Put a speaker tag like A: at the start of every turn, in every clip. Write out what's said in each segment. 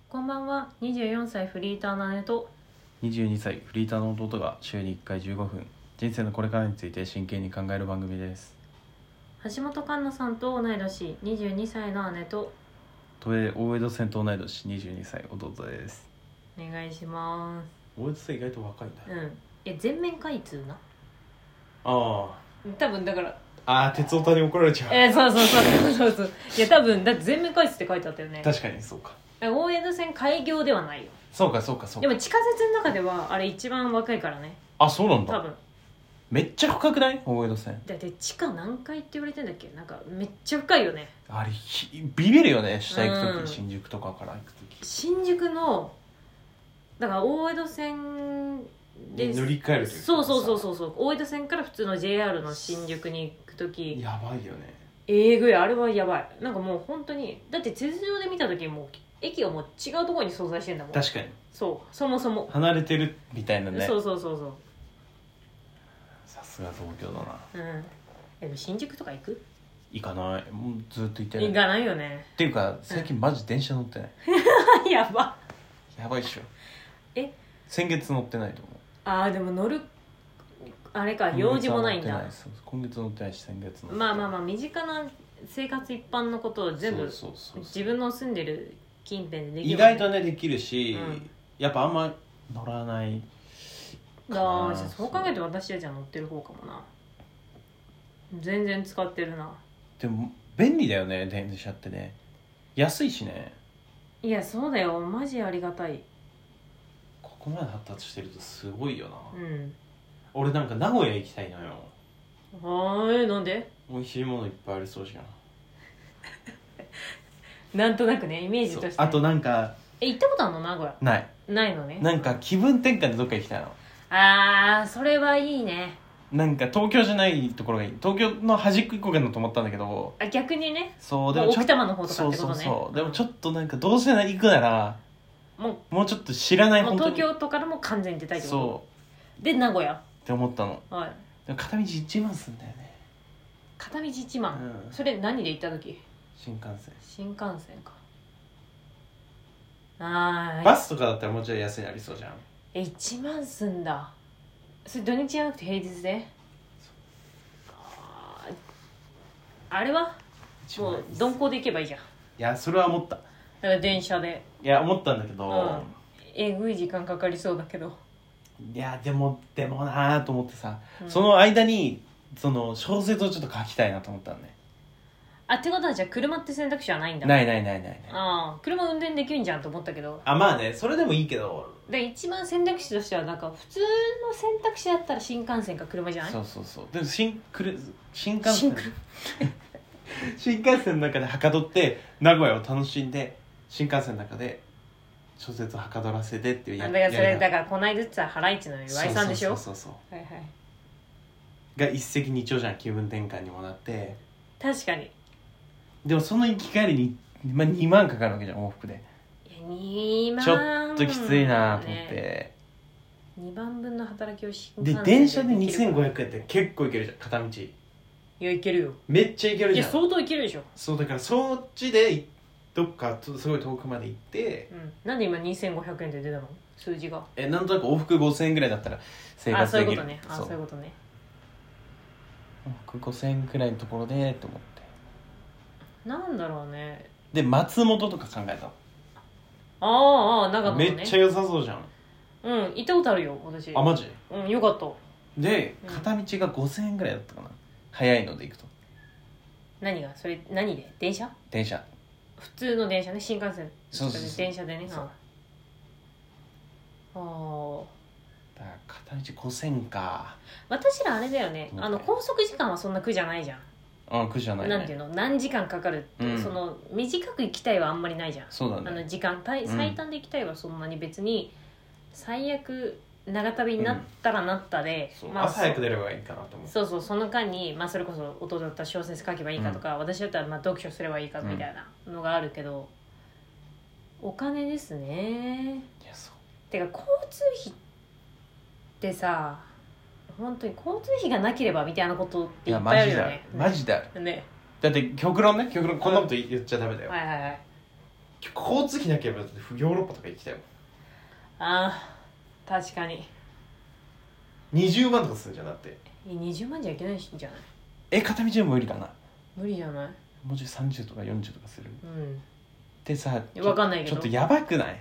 A: こんばんは。24歳フリーターの姉と
B: 22歳フリーターの弟が週に1回15分人生のこれからについて真剣に考える番組です。
A: 橋本環奈さんと同い年22歳の姉と
B: 都営大江戸線と同い年22歳弟です。
A: お願いします。
B: 大江戸線意外と若いんだ。
A: 全面開通な。
B: あ
A: 多分だから
B: あ鉄オタに怒られちゃう。
A: そういや多分だって全面開通って書いてあったよね。
B: 確かにそうか。
A: 大江戸線開業ではないよ。
B: そうか
A: でも地下鉄の中ではあれ一番若いからね。
B: あ、そうなんだ。
A: 多分
B: めっちゃ深くない大江戸線。
A: だって地下何階って言われてんだっけ。なんかめっちゃ深いよね。
B: あれビビるよね。下行くとき、新宿とかから行くとき
A: 新宿のだから大江戸線で
B: 乗り換えるというか
A: そう大江戸線から普通の JR の新宿に行くとき
B: やばいよね。
A: ぐいあれはやばい。なんかもう本当にだって地図上で見たときもう駅がもう違うところに存在してんだもん。
B: 確かに
A: そうそもそも
B: 離れてるみたいなね。
A: そう
B: さすが東京だな。
A: でも新宿とか行く？
B: 行かない。もうずっと行ってない。
A: 行かないよね。
B: っていうか最近マジ電車乗ってない。
A: やば
B: いっしょ。先月乗ってないと思う。
A: でも乗るあれか用事もないんだ。
B: 今月乗ってないし先月乗ってない。
A: まあ身近な生活一般のことを全部自分の住んでる近辺でできる、
B: 意外とねできるし、
A: うん
B: やっぱあんま乗らない
A: そう考えて私たちは乗ってる方かもな。全然使ってるな。
B: でも便利だよね電車ってね。安いしね。
A: いやそうだよマジありがたい。
B: ここまで発達してるとすごいよな。
A: うん
B: 俺なんか名古屋行きたいのよ。
A: なんで？
B: 美味しいものいっぱいありそうじゃん。
A: なんとなくねイメージとして。
B: あとなんか
A: 行ったことあるの名古屋？ないのね。
B: なんか気分転換でどっか行きたいの。
A: それはいいね。
B: なんか東京じゃないところがいい。東京の端っこ行こうかなと思ったんだけど。
A: 逆にね。
B: そうでも
A: 奥多摩の方とかってことね。
B: そうでもちょっとなんかどうせ行くならもうちょっと知らない。
A: もう
B: 本当に
A: 東京とからも完全に出たいってこと。
B: そう
A: で名古屋
B: って思ったの。
A: はい。
B: でも片道1万すんだよね。
A: 片道1万、それ何で行った時？
B: 新幹線。
A: 新幹線か。
B: バスとかだったらもうちょい安いのありそうじゃん。
A: 1万すんだ。それ土日じゃなくて平日で？あれはもう鈍行で行けばいいじゃん。い
B: やそれは思った。だ
A: から電車で。
B: いや思ったんだけど、
A: えぐい時間かかりそうだけど。
B: いやでもなーと思ってさ、その間にその小説をちょっと書きたいなと思ったんね。
A: ってことはじゃあ車って選択肢はないんだ。
B: ない。
A: 車運転できるんじゃんと思ったけど。
B: まあねそれでもいいけど。
A: で一番選択肢としてはなんか普通の選択肢だったら新幹線か車じゃない？
B: そうでも新幹線新幹線の中ではかどって名古屋を楽しんで新幹線の中で小説をはかどらせてっていう
A: だからそれだからこないだってさハライチの岩井さんでしょ。
B: そう
A: はい
B: が一石二鳥じゃん。気分転換にもなって。
A: 確かに。
B: でもその行き帰りに、2万かかるわけじゃん往復で。
A: 2万
B: ちょっときついなと思って、
A: 2番分の働きを新幹線
B: で電車で2500円って結構いけるじゃん片道。
A: いやいけるよ。
B: めっちゃいけるじゃん。
A: いや相当いけるでしょ。
B: そうだからそっちでどっかすごい遠くまで行って、
A: なんで今2500円で出たの数字が。
B: なんとなく往復5000円ぐらいだったら生活できる。
A: そういうことね。
B: 往復5000円くらいのところでと思って。
A: なんだろうね。
B: で松本とか考えた。
A: 長野ね。
B: めっちゃ良さそうじゃん。
A: 行ったことあるよ私。
B: マジ？
A: よかった。
B: で片道が5000円ぐらいだったかな。早いので行くと。
A: 何がそれ？何で？電車普通の電車ね。新幹線
B: そう
A: 電車でね。
B: だから片道5000か。
A: 私らあれだよね。高速時間はそんな苦じゃないじゃん。
B: 苦じゃないね。
A: なんていうの何時間かかるって、その短く行きたいはあんまりないじゃん。
B: そうだね。
A: 時間最短で行きたいはそんなに別に、最悪長旅になったらなったで、
B: 朝早く出ればいいかなと思う。
A: そうその間に、それこそ弟だったら小説書けばいいかとか、私だったら読書すればいいかみたいなのがあるけど、お金ですね。
B: いやそう
A: てか交通費ってさ、本当に交通費がなければみたいなことっていっぱいあるよね。
B: マジである
A: ね。
B: だって極論こんなこと言っちゃダメだよ。 交通費なければヨーロッパとか行きたいもん。
A: あー確かに
B: 20万とかするじゃんだって。
A: 20万じゃいけないしじゃない
B: 片道でも無理かな。
A: 無理じゃない
B: もうちょい30とか40とかする
A: うん
B: でさ、
A: わかんないけど
B: ちょっとやばくない？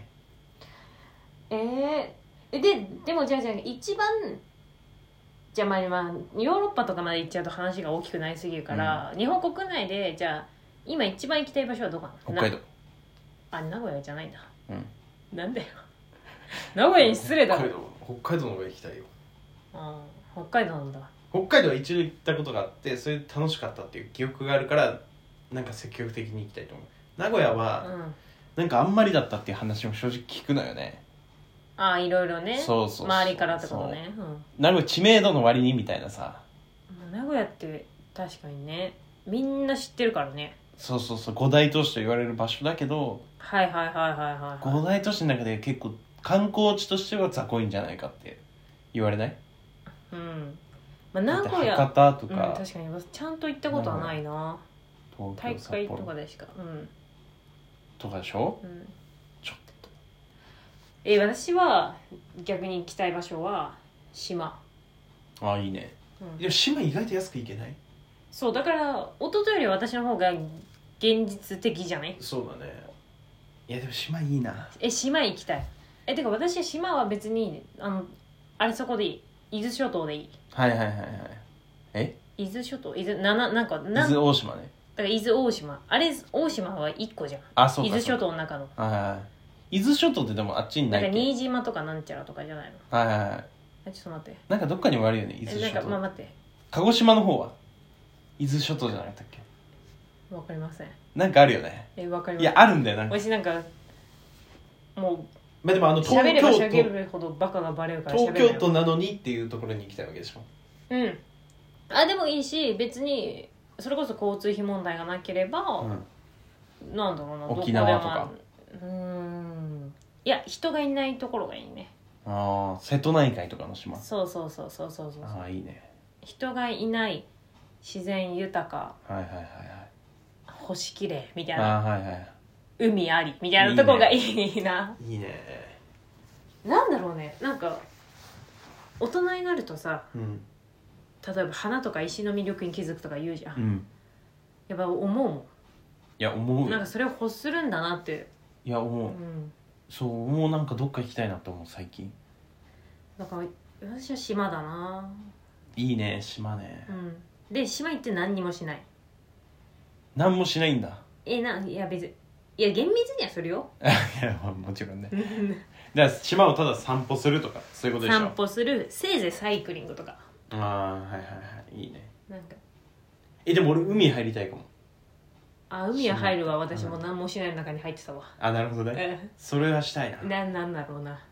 A: でもじゃあ一番じゃあまあヨーロッパとかまで行っちゃうと話が大きくなりすぎるから、日本国内でじゃあ今一番行きたい場所はどこなの？
B: 北海道。
A: 名古屋じゃないんだ。
B: なん
A: でよ名古屋に失礼だろ。
B: 北海道の方が行きたいよ。
A: 北海道なんだ。
B: 北海道は一度行ったことがあってそれで楽しかったっていう記憶があるからなんか積極的に行きたいと思う。名古屋は、なんかあんまりだったっていう話も正直聞くのよね。
A: いろいろね。
B: そう
A: 周りからってことね。
B: 名古屋知名度の割にみたいなさ。
A: 名古屋って確かにねみんな知ってるからね。
B: そう五大都市と言われる場所だけど、五大都市の中で結構観光地としては雑魚いんじゃないかって言われない？
A: 名古屋
B: 博多とか、
A: 確かにちゃんと行ったことはないな。大会とかでしか
B: とかでしょ。ちょっと
A: 私は逆に行きたい場所は島。
B: いいね。でも島意外と安く行けない？
A: そうだから弟より私の方が現実的じゃない？
B: そうだね。いやでも島いいな。
A: 島行きたい。てか私は島は別にそこでいい。伊豆諸島でいい。伊豆諸島伊豆
B: 大島ね。
A: だから伊豆大島大島は1個じゃん。
B: そうか。
A: 伊豆諸島の中の。
B: 伊豆諸島ってでもあっちにないっけ？
A: 新島とかなんちゃらとかじゃないの？ちょっと待って。
B: なんかどっかにもあるよね伊豆諸島。
A: 待って。
B: 鹿児島の方は伊豆諸島じゃなかったっけ？
A: わかりません。
B: なんかあるよね。
A: わかりません。
B: いやあるんだよなんか。
A: 私なんかもう
B: でも
A: 喋れば喋るほどバカがバレるから
B: 東京都なのにっていうところに行きたいわけでしょ。
A: でもいいし別にそれこそ交通費問題がなければ、なんだろうな
B: 沖縄とか
A: いや人がいないところがいいね。
B: 瀬戸内海とかの島。
A: そう
B: いいね。
A: 人がいない自然豊か、星きれいみたいな、海ありみたいなところがいいな。
B: いいね。
A: なんだろうねなんか大人になるとさ、例えば花とか石の魅力に気づくとか言うじゃん、やっぱ思うもん。
B: いや思う。
A: なんかそれを欲するんだなって。
B: いや思う、そうもうなんかどっか行きたいなって思う最近。
A: だから私は島だな。
B: いいね島ね。
A: で島行って何にもしない。
B: 何もしないんだ。
A: いや別に厳密にはするよ。
B: いやもちろんね。だから島をただ散歩するとかそういうことでしょ。
A: 散歩するせいぜいサイクリングとか。
B: いいね。
A: なんか
B: でも俺海入りたいかも。
A: 海は入るわ。私も何もしない中に入ってたわ。
B: なるほどね。それはしたいな。
A: なんだろうな。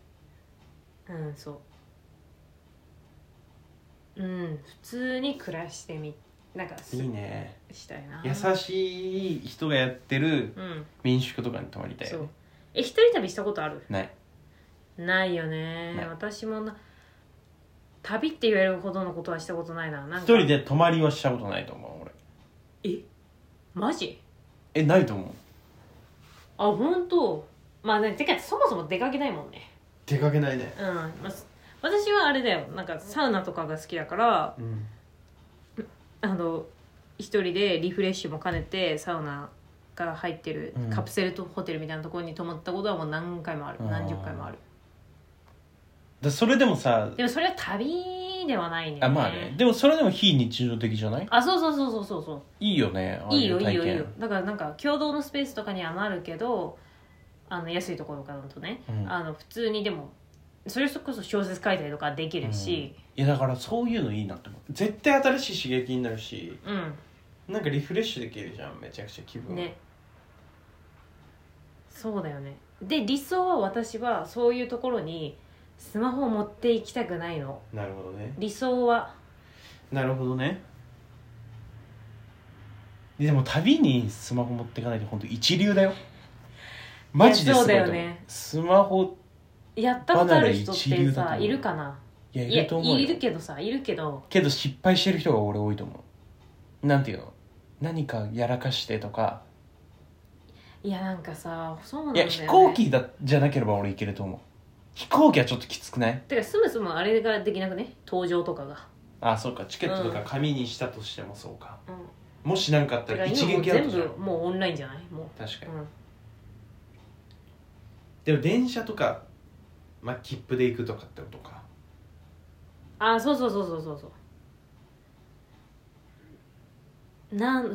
A: そう。普通に暮らしてなんか
B: いいね。
A: したいな。
B: 優しい人がやってる民宿とかに泊まりたいよね。
A: 一人旅したことある？ないよね。私も旅って言われるほどのことはしたことないな。
B: 一人で泊まりはしたことないと思う俺。
A: マジ？
B: ないと思う。
A: 本当。てかそもそも出かけないもんね。
B: 出かけないね。
A: 私はあれだよ。なんかサウナとかが好きだから、一人でリフレッシュも兼ねてサウナが入ってるカプセルホテルみたいなところに泊まったことはもう何回もある。何十回もある。
B: それでもさ、
A: でもそれは旅ではないね。
B: でもそれでも非日常的じゃない？
A: そう
B: いいよね。
A: いいよだからなんか共同のスペースとかにはなるけど安いところからだとね、普通にでもそれこそ小説書いたりとかできるし、
B: いやだからそういうのいいなって思う。絶対新しい刺激になるし、なんかリフレッシュできるじゃん。めちゃくちゃ気分ね。そうだよね。
A: で理想は私はそういうところにスマホを持っていきたくないの。
B: なるほどね。
A: 理想は。
B: なるほどね。でも旅にスマホ持っていかないと本当一流だよ。マジですごいと思う。そうだよね。スマホ
A: やったことある人ってさいるかな。
B: いると思うよ。
A: いるけど
B: 失敗してる人が俺多いと思う。なんていうの、何かやらかしてとか。
A: いやなんかさそうなん
B: いや
A: だよね。
B: 飛行機じゃなければ俺行けると思う。飛行機はちょっときつくない？
A: てかそもそもあれができなくね、搭乗とかが。
B: あ、そうか、チケットとか紙にしたとしてもそうか、
A: うん、
B: もしなんかあったら一撃アウトじゃん。
A: 全部もうオンラインじゃない？もう
B: 確かに、
A: うん、
B: でも電車とか、まあ、切符で行くとかってことか。
A: あ、そうそうそうそうそうそう、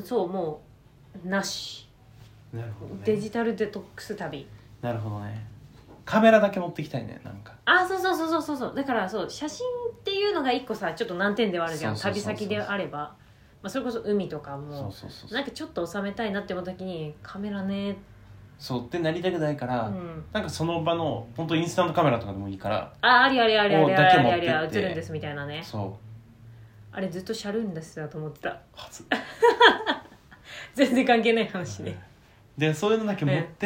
A: そうもうなし。
B: なるほどね。
A: デジタルデトックス旅。
B: なるほどね。カメラだけ持ってきたいね、なんか。
A: あ、そうそうそうそうそうそう。だからそう写真っていうのが一個さちょっと難点ではあるじゃん。旅先であれば、まあ、それこそ海とかもなんかちょっと収めたいなって思った時にカメラね
B: そうってなりたくないから、
A: うん、
B: なんかその場の本当インスタントカメラとかでもいいから、
A: ありありありありありあり
B: だけ持ってって
A: 映るんですみたいなね。
B: そう
A: あれずっとシャルんですだと思ってた。
B: はず
A: 全然関係ない話ね。
B: でそういうのだけ持ってって、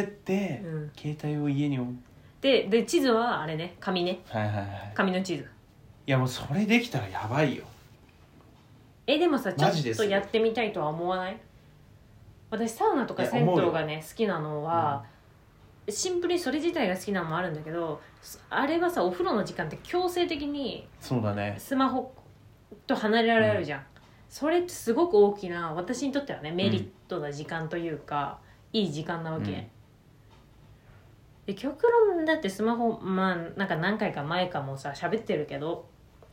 A: うん、
B: 携帯を家に置い
A: で地図はあれね、紙ね、
B: はいはいはい、
A: 紙の地図。
B: いやもうそれできたらやばいよ。
A: でもさちょっとやってみたいとは思わない？私サウナとか銭湯がね好きなのは、シンプルにそれ自体が好きなのもあるんだけど、あれはさお風呂の時間って強制的に
B: そうだね
A: スマホと離れられるじゃん、それってすごく大きな私にとってはねメリットな時間というか、いい時間なわけ、で極論だってスマホまあなんか何回か前かもさ喋ってるけど、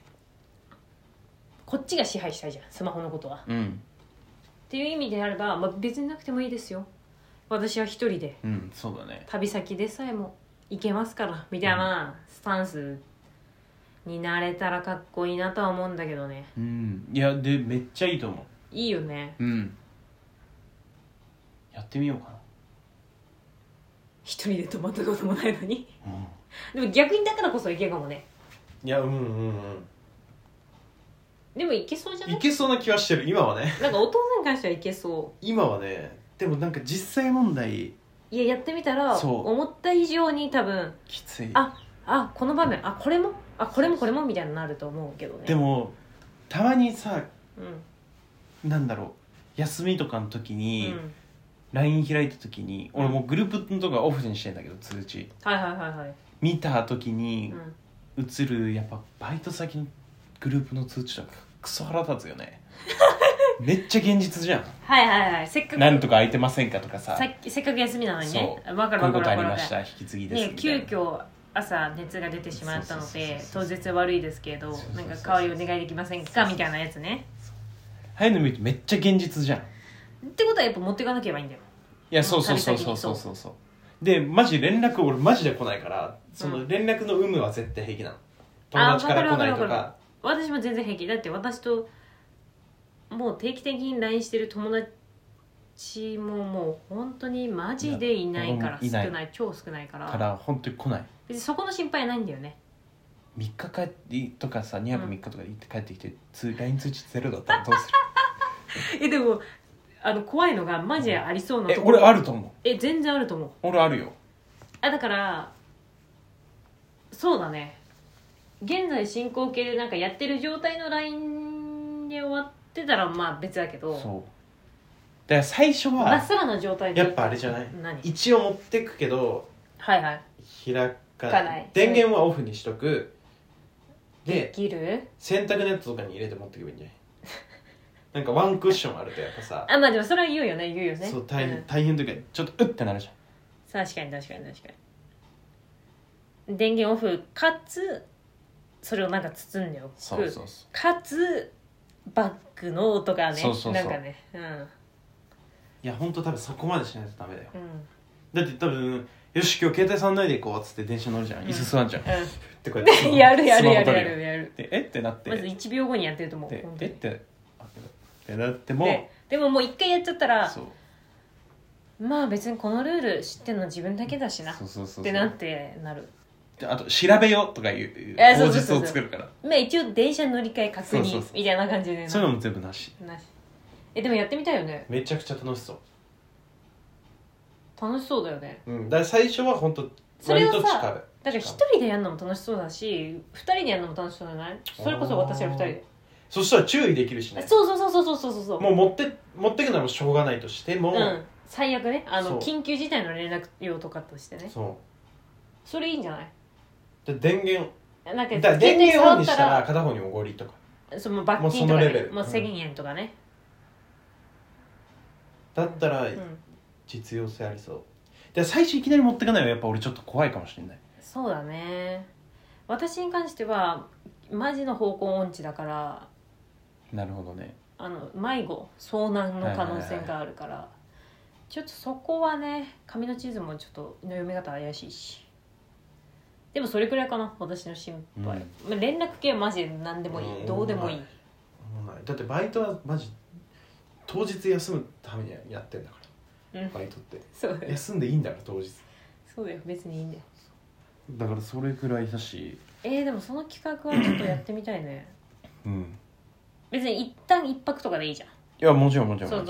A: こっちが支配したいじゃんスマホのことは、っていう意味であれば、まあ、別になくてもいいですよ。私は一人で、
B: そうだね、
A: 旅先でさえも行けますからみたいなスタンスになれたらかっこいいなとは思うんだけどね。
B: いやでめっちゃいいと思う。
A: いいよね。
B: やってみようかな。
A: 一人で泊まったこともないのに、でも逆にだからこそいけるかもね。
B: いや
A: でもいけそうじゃない？
B: いけそうな気はしてる今はね。
A: なんかお父さんに関してはいけそう。
B: 今はね、でもなんか実際問題、
A: いややってみたら思った以上に多分
B: きつい。
A: この場面これもこれもみたいになると思うけどね。
B: でもたまにさ、なんだろう、休みとかの時に、LINE 開いた時に、俺もうグループのとこはオフにしてんだけど通知、見た時に映るやっぱバイト先のグループの通知とかクソ腹立つよね。めっちゃ現実じゃん。
A: せっかく
B: なんとか空いてませんかとかさ、
A: せっかく休みなのにね、
B: こういうことありました、引き継ぎですみたいな、
A: 急遽朝熱が出てしまったので当日悪いですけどなんか代わりお願いできませんかみたいなやつね。
B: ああいうの見るとめっちゃ現実じゃん。
A: ってことはやっぱ持っていかなければいいんだよ。
B: いやそうでマジ連絡俺マジで来ないから、その連絡の有無は絶対平気なの。友達から来ないとか。
A: 私も全然平気だって。私ともう定期的に LINE してる友達ももう本当にマジでいないから、超少ないから
B: 本当に来ない。
A: 別にそこの心配ないんだよね。
B: 3日帰ってとかさ、2泊3日とかで行って帰ってきて、LINE 通知ゼロだったらどうする？
A: でも怖いのがマジでありそうなとこ
B: ろ。俺あると思う。
A: 全然あると思う。
B: 俺あるよ。
A: だからそうだね、現在進行形でなんかやってる状態の LINE で終わってたらまあ別だけど、
B: そうだから最初は
A: まっさらな状態で
B: やっぱあれじゃない？一応持ってくけど開かない、電源はオフにしとく。で
A: きる
B: 洗濯ネットとかに入れて持ってけばいいんじゃない？なんかワンクッションあるとやっぱさ
A: まあでもそれは言うよね。
B: そう大変というかちょっとってなるじゃん。
A: 確かに電源オフかつそれをなんか包んでおく、かつバッグの音がね、なんかね、
B: いやほんと多分そこまでしないとダメだよ、だって多分よし今日携帯触んないで行こうっつって電車乗るじゃん、椅子座んじゃん、ってこうやって
A: やる
B: でってなって
A: まず1秒後にやってると思う。
B: ってなっても
A: でももう一回やっちゃったらまあ別にこのルール知ってんの自分だけだしなってなってなる。
B: あと調べようとかいう口実を作るから、
A: まあ一応電車乗り換え確認みたいな感じで、
B: そういうのも全部なし。
A: でもやってみたいよね。
B: めちゃくちゃ楽しそう。
A: 楽しそうだよね。
B: だから最初は本当
A: 割と近い。だから一人でやるのも楽しそうだし、二人でやるのも楽しそうじゃない？それこそ私ら二人で。
B: そしたら注意できるしね。
A: そう。
B: もう持ってくのもしょうがないとしても、
A: 最悪ね
B: そう
A: 緊急事態の連絡用とかとしてねそれいいんじゃない？
B: で電源
A: なんか
B: だ電源オンにしたら片方におごりとか
A: その罰金とか、ね、
B: もうそのレベル
A: もう1000円とかね、
B: だったら
A: うん
B: 実用性ありそうで最初いきなり持ってかないのはやっぱ俺ちょっと怖いかもしれない。
A: そうだね。私に関してはマジの方向音痴だから
B: なるほどね。
A: 迷子遭難の可能性があるから、ちょっとそこはね紙の地図もちょっと読み方怪しいし、でもそれくらいかな私の心配、まあ連絡系はマジで何でもいい、どうでもいい。
B: だってバイトはマジ当日休むためにやってんだから、バイトって
A: そうだよ
B: 休んでいいんだから当日。
A: そうだよ別にいいんだよ。
B: だからそれくらいだし
A: でもその企画はちょっとやってみたいね別に一旦一泊とかでいいじゃん。
B: いやもちろん
A: そう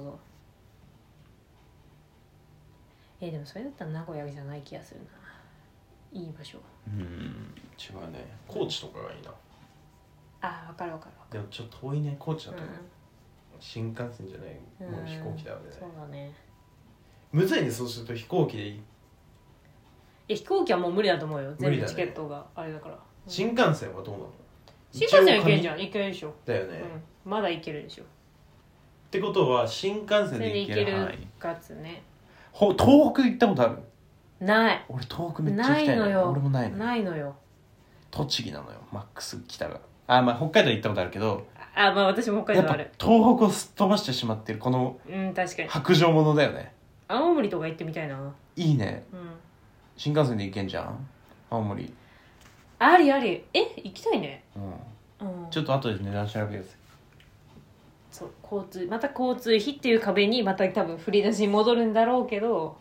A: でもそれだったら名古屋じゃない気がするな。いい場所
B: 違うね。高知とかがいいな。
A: 分かる
B: でもちょっと遠いね高知だと、新幹線じゃないもう飛行機だよね。
A: そうだね。
B: むずいねそうすると飛行機でいい。
A: 飛行機はもう無理だと思うよ全部
B: ね
A: チケットがあれだから、
B: 新幹線はどうなの？
A: 新幹線は行けるじゃん。行けるでしょ
B: だよね、
A: まだ行けるでしょ。
B: ってことは新幹線で行ける範囲。
A: かつね
B: 東北行ったことある？
A: ない。
B: 俺東北めっちゃ行きたいのよ。俺もないの。
A: ないのよ。
B: 栃木なのよマックス北が。まあ北海道行ったことあるけど、
A: まあ私も北海道ある。
B: 東北をすっ飛ばしてしまってるこの
A: 確かに
B: 白状者だよね。
A: 青森とか行ってみたいな。
B: いいね、新幹線で行けんじゃん青森。
A: あり行きたいね。
B: ちょっと後で値段調べようぜ。
A: そうまた交通費っていう壁にまた多分振り出しに戻るんだろうけど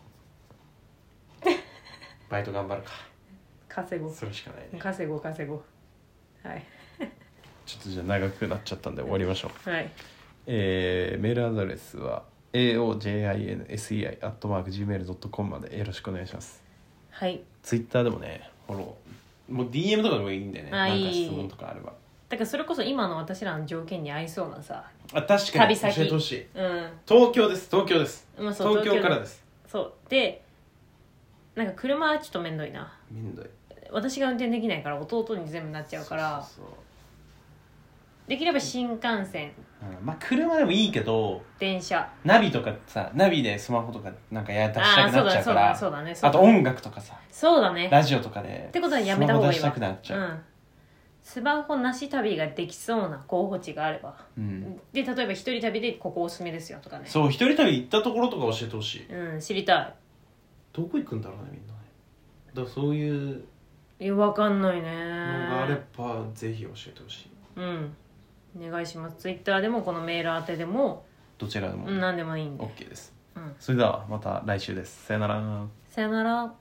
B: バイト頑張るか。
A: 稼ごう。
B: それしかないね。
A: 稼ごうはい
B: ちょっとじゃあ長くなっちゃったんで終わりましょう。
A: はい。
B: メールアドレスは aojinse@gmail.com までよろしくお願いします。
A: はい。
B: ツイッターでもねフォローもう DM とかでもいいんでね。なんか質問とかあれば。
A: だからそれこそ今の私らの条件に合いそうなさ。
B: 確かに
A: 旅先
B: 教えてほしい。東京です。東京からです。
A: そうでなんか車はちょっとめんどいな。私が運転できないから弟に全部なっちゃうから。そうできれば新幹線、
B: まあ車でもいいけど
A: 電車
B: ナビとかさナビでスマホとかなんかしたくなっちゃうから
A: そうだね
B: あと音楽とかさ
A: そうだね
B: ラジオとかで
A: ってことはやめた方がいいわ。
B: スマホ出したくなっちゃう、
A: スマホなし旅ができそうな候補地があれば、で例えば一人旅でここおすすめですよとかね。
B: そう一人旅行ったところとか教えてほしい。
A: 知りたい。ど
B: こ行くんだろうねみんなね。だからそういう
A: 分かんないね
B: のがあればぜひ教えてほしい。
A: お願いします。ツイッターでもこのメール宛てでも
B: どちらでも
A: 何でもいいんで
B: OK です、それではまた来週です。さよなら。
A: さよなら。